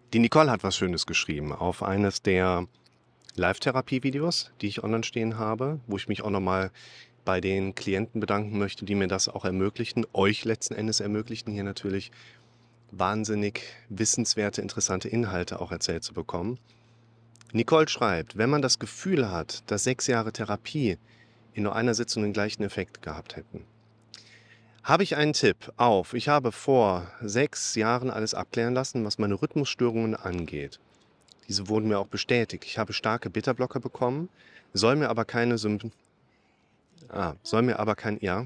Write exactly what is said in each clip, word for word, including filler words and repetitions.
Die Nicole hat was Schönes geschrieben auf eines der Live-Therapie-Videos, die ich online stehen habe, wo ich mich auch nochmal bei den Klienten bedanken möchte, die mir das auch ermöglichen, euch letzten Endes ermöglichen, hier natürlich wahnsinnig wissenswerte, interessante Inhalte auch erzählt zu bekommen. Nicole schreibt, wenn man das Gefühl hat, dass sechs Jahre Therapie in nur einer Sitzung den gleichen Effekt gehabt hätten, habe ich einen Tipp auf. Ich habe vor sechs Jahren alles abklären lassen, was meine Rhythmusstörungen angeht. Diese wurden mir auch bestätigt. Ich habe starke Bitterblocker bekommen, soll mir aber keine Symptome. Ah, soll mir aber kein. Ja.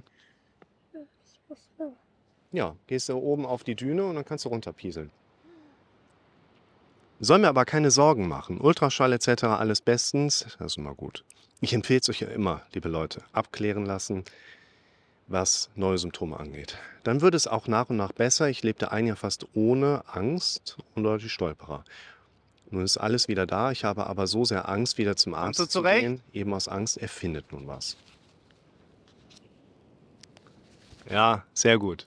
Ja, gehst du oben auf die Düne und dann kannst du runterpieseln. Soll mir aber keine Sorgen machen. Ultraschall et cetera alles bestens. Das ist immer gut. Ich empfehle es euch ja immer, liebe Leute, abklären lassen, was neue Symptome angeht. Dann wird es auch nach und nach besser. Ich lebte ein Jahr fast ohne Angst und deutlich Stolperer. Nun ist alles wieder da. Ich habe aber so sehr Angst, wieder zum Arzt Kommst du zu zurecht? gehen. Eben aus Angst, er findet nun was. Ja, sehr gut.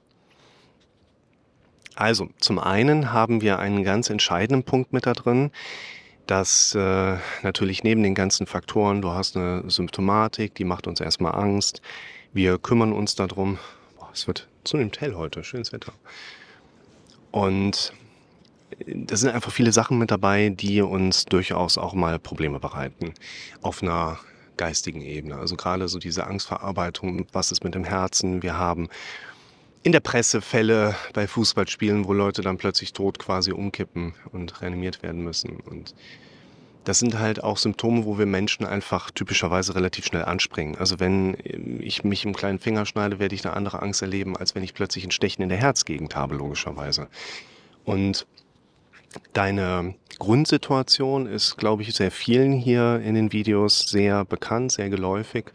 Also, zum einen haben wir einen ganz entscheidenden Punkt mit da drin, dass äh, natürlich neben den ganzen Faktoren, du hast eine Symptomatik, die macht uns erstmal Angst. Wir kümmern uns darum. Boah, es wird zunehmend hell heute, schönes Wetter. Und da sind einfach viele Sachen mit dabei, die uns durchaus auch mal Probleme bereiten. Auf einer geistigen Ebene. Also gerade so diese Angstverarbeitung, was ist mit dem Herzen? Wir haben in der Presse Fälle bei Fußballspielen, wo Leute dann plötzlich tot quasi umkippen und reanimiert werden müssen. Und das sind halt auch Symptome, wo wir Menschen einfach typischerweise relativ schnell anspringen. Also wenn ich mich im kleinen Finger schneide, werde ich eine andere Angst erleben, als wenn ich plötzlich ein Stechen in der Herzgegend habe, logischerweise. Und deine Grundsituation ist, glaube ich, sehr vielen hier in den Videos sehr bekannt, sehr geläufig.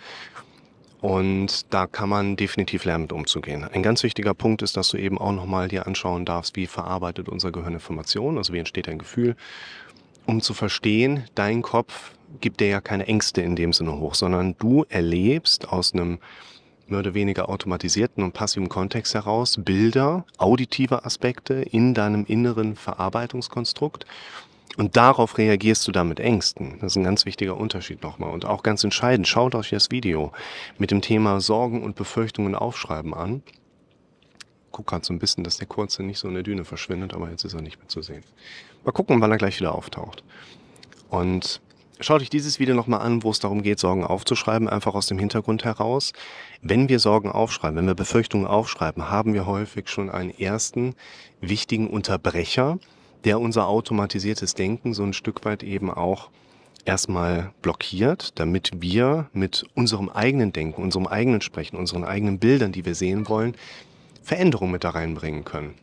Und da kann man definitiv lernen, mit umzugehen. Ein ganz wichtiger Punkt ist, dass du eben auch nochmal dir anschauen darfst, wie verarbeitet unser Gehirn Informationen, also wie entsteht ein Gefühl, um zu verstehen, dein Kopf gibt dir ja keine Ängste in dem Sinne hoch, sondern du erlebst aus einem mehr oder weniger automatisierten und passiven Kontext heraus Bilder, auditive Aspekte in deinem inneren Verarbeitungskonstrukt. Und darauf reagierst du dann mit Ängsten. Das ist ein ganz wichtiger Unterschied nochmal. Und auch ganz entscheidend, schaut euch das Video mit dem Thema Sorgen und Befürchtungen aufschreiben an. Guck gerade so ein bisschen, dass der Kurze nicht so in der Düne verschwindet, aber jetzt ist er nicht mehr zu sehen. Mal gucken, wann er gleich wieder auftaucht. Und schaut euch dieses Video nochmal an, wo es darum geht, Sorgen aufzuschreiben, einfach aus dem Hintergrund heraus. Wenn wir Sorgen aufschreiben, wenn wir Befürchtungen aufschreiben, haben wir häufig schon einen ersten wichtigen Unterbrecher, der unser automatisiertes Denken so ein Stück weit eben auch erstmal blockiert, damit wir mit unserem eigenen Denken, unserem eigenen Sprechen, unseren eigenen Bildern, die wir sehen wollen, Veränderungen mit da reinbringen können.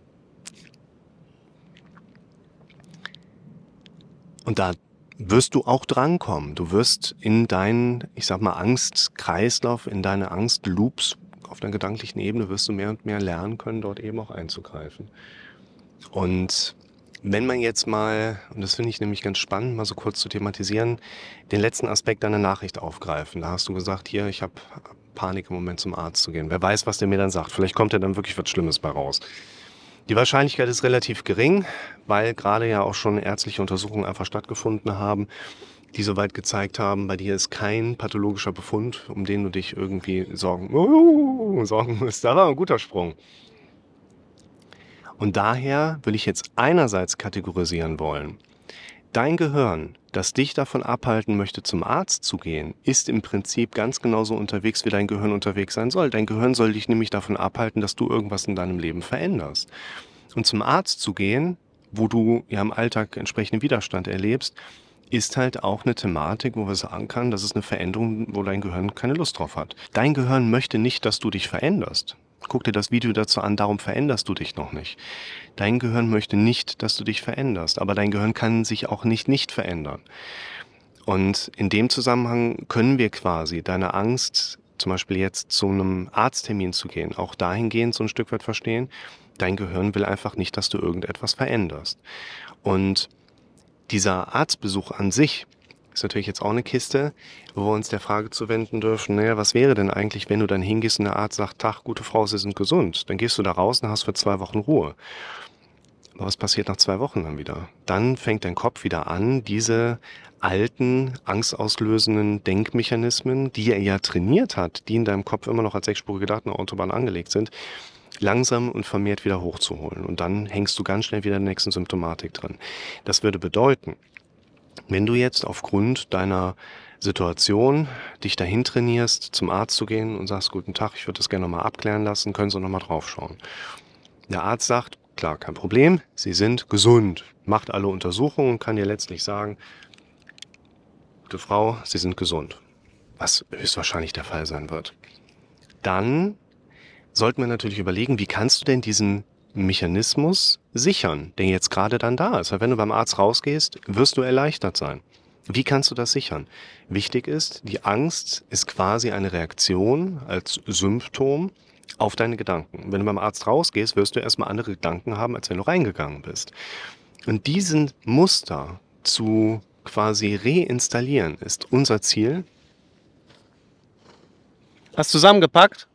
Und da wirst du auch drankommen. Du wirst in deinen, ich sag mal, Angstkreislauf, in deine Angstloops auf der gedanklichen Ebene wirst du mehr und mehr lernen können, dort eben auch einzugreifen. Und wenn man jetzt mal, und das finde ich nämlich ganz spannend, mal so kurz zu thematisieren, den letzten Aspekt deiner Nachricht aufgreifen. Da hast du gesagt, hier, ich habe Panik im Moment zum Arzt zu gehen. Wer weiß, was der mir dann sagt. Vielleicht kommt ja dann wirklich was Schlimmes bei raus. Die Wahrscheinlichkeit ist relativ gering, weil gerade ja auch schon ärztliche Untersuchungen einfach stattgefunden haben, die soweit gezeigt haben, bei dir ist kein pathologischer Befund, um den du dich irgendwie sorgen, uh, sorgen musst. Da war ein guter Sprung. Und daher will ich jetzt einerseits kategorisieren wollen. Dein Gehirn, das dich davon abhalten möchte, zum Arzt zu gehen, ist im Prinzip ganz genauso unterwegs, wie dein Gehirn unterwegs sein soll. Dein Gehirn soll dich nämlich davon abhalten, dass du irgendwas in deinem Leben veränderst. Und zum Arzt zu gehen, wo du ja im Alltag entsprechenden Widerstand erlebst, ist halt auch eine Thematik, wo wir sagen können, das ist eine Veränderung, wo dein Gehirn keine Lust drauf hat. Dein Gehirn möchte nicht, dass du dich veränderst. Guck dir das Video dazu an, darum veränderst du dich noch nicht. Dein Gehirn möchte nicht, dass du dich veränderst, aber dein Gehirn kann sich auch nicht nicht verändern. Und in dem Zusammenhang können wir quasi deine Angst, zum Beispiel jetzt zu einem Arzttermin zu gehen, auch dahingehend so ein Stück weit verstehen, dein Gehirn will einfach nicht, dass du irgendetwas veränderst. Und dieser Arztbesuch an sich ist natürlich jetzt auch eine Kiste, wo wir uns der Frage zuwenden dürfen, naja, was wäre denn eigentlich, wenn du dann hingehst und der Arzt sagt, Tag, gute Frau, Sie sind gesund. Dann gehst du da raus und hast für zwei Wochen Ruhe. Aber was passiert nach zwei Wochen dann wieder? Dann fängt dein Kopf wieder an, diese alten, angstauslösenden Denkmechanismen, die er ja trainiert hat, die in deinem Kopf immer noch als sechsspurige Datenautobahn angelegt sind, langsam und vermehrt wieder hochzuholen. Und dann hängst du ganz schnell wieder in der nächsten Symptomatik drin. Das würde bedeuten, wenn du jetzt aufgrund deiner Situation dich dahin trainierst, zum Arzt zu gehen und sagst, guten Tag, ich würde das gerne nochmal abklären lassen, können Sie nochmal drauf schauen. Der Arzt sagt, klar, kein Problem, Sie sind gesund, macht alle Untersuchungen und kann dir letztlich sagen, gute Frau, Sie sind gesund, was höchstwahrscheinlich der Fall sein wird. Dann sollten wir natürlich überlegen, wie kannst du denn diesen Mechanismus sichern, der jetzt gerade dann da ist. Weil wenn du beim Arzt rausgehst, wirst du erleichtert sein. Wie kannst du das sichern? Wichtig ist, die Angst ist quasi eine Reaktion als Symptom auf deine Gedanken. Wenn du beim Arzt rausgehst, wirst du erstmal andere Gedanken haben, als wenn du reingegangen bist. Und diesen Muster zu quasi reinstallieren, ist unser Ziel. Hast du zusammengepackt?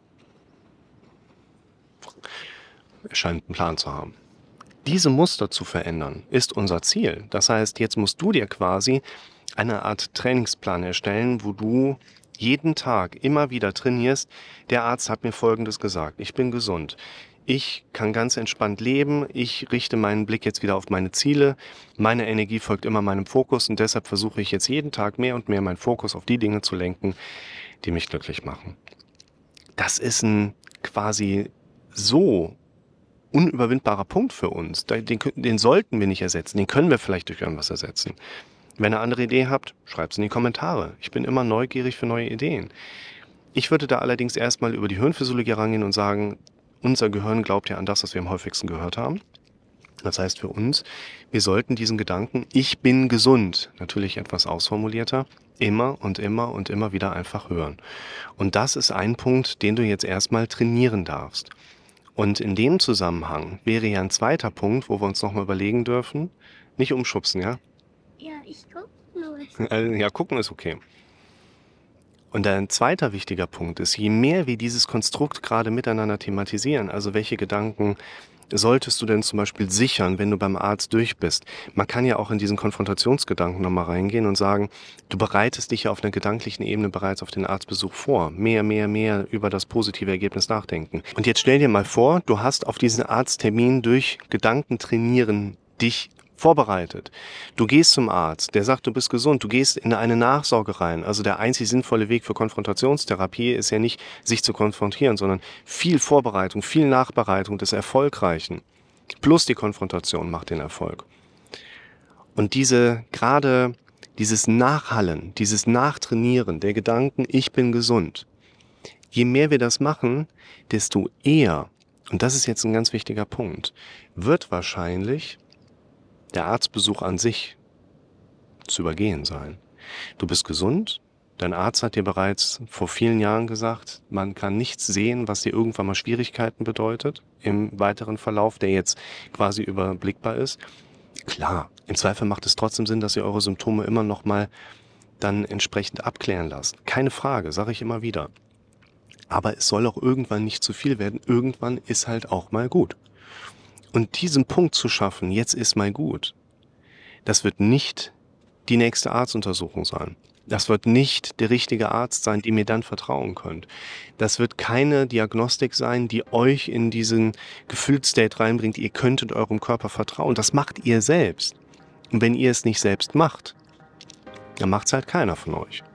Er scheint einen Plan zu haben. Diese Muster zu verändern, ist unser Ziel. Das heißt, jetzt musst du dir quasi eine Art Trainingsplan erstellen, wo du jeden Tag immer wieder trainierst. Der Arzt hat mir Folgendes gesagt: Ich bin gesund. Ich kann ganz entspannt leben. Ich richte meinen Blick jetzt wieder auf meine Ziele. Meine Energie folgt immer meinem Fokus und deshalb versuche ich jetzt jeden Tag mehr und mehr meinen Fokus auf die Dinge zu lenken, die mich glücklich machen. Das ist ein quasi so unüberwindbarer Punkt für uns. Den, den sollten wir nicht ersetzen. Den können wir vielleicht durch irgendwas ersetzen. Wenn ihr eine andere Idee habt, schreibt es in die Kommentare. Ich bin immer neugierig für neue Ideen. Ich würde da allerdings erstmal über die Hirnphysiologie rangehen und sagen, unser Gehirn glaubt ja an das, was wir am häufigsten gehört haben. Das heißt für uns, wir sollten diesen Gedanken, ich bin gesund, natürlich etwas ausformulierter, immer und immer und immer wieder einfach hören. Und das ist ein Punkt, den du jetzt erstmal trainieren darfst. Und in dem Zusammenhang wäre ja ein zweiter Punkt, wo wir uns nochmal überlegen dürfen, nicht umschubsen, ja? Ja, ich guck nur. Äh, Ja, gucken ist okay. Und ein zweiter wichtiger Punkt ist, je mehr wir dieses Konstrukt gerade miteinander thematisieren, also welche Gedanken solltest du denn zum Beispiel sichern, wenn du beim Arzt durch bist? Man kann ja auch in diesen Konfrontationsgedanken nochmal reingehen und sagen, du bereitest dich ja auf einer gedanklichen Ebene bereits auf den Arztbesuch vor. Mehr, mehr, mehr über das positive Ergebnis nachdenken. Und jetzt stell dir mal vor, du hast auf diesen Arzttermin durch Gedankentrainieren dich vorbereitet. Du gehst zum Arzt, der sagt, du bist gesund, du gehst in eine Nachsorge rein. Also der einzig sinnvolle Weg für Konfrontationstherapie ist ja nicht, sich zu konfrontieren, sondern viel Vorbereitung, viel Nachbereitung des Erfolgreichen. Plus die Konfrontation macht den Erfolg. Und diese, gerade dieses Nachhallen, dieses Nachtrainieren der Gedanken, ich bin gesund. Je mehr wir das machen, desto eher, und das ist jetzt ein ganz wichtiger Punkt, wird wahrscheinlich der Arztbesuch an sich zu übergehen sein. Du bist gesund, dein Arzt hat dir bereits vor vielen Jahren gesagt, man kann nichts sehen, was dir irgendwann mal Schwierigkeiten bedeutet im weiteren Verlauf, der jetzt quasi überblickbar ist. Klar, im Zweifel macht es trotzdem Sinn, dass ihr eure Symptome immer noch mal dann entsprechend abklären lasst. Keine Frage, sage ich immer wieder. Aber es soll auch irgendwann nicht zu viel werden. Irgendwann ist halt auch mal gut. Und diesen Punkt zu schaffen, jetzt ist mal gut, das wird nicht die nächste Arztuntersuchung sein. Das wird nicht der richtige Arzt sein, dem ihr dann vertrauen könnt. Das wird keine Diagnostik sein, die euch in diesen Gefühlsstate reinbringt. Ihr könntet eurem Körper vertrauen. Das macht ihr selbst. Und wenn ihr es nicht selbst macht, dann macht es halt keiner von euch.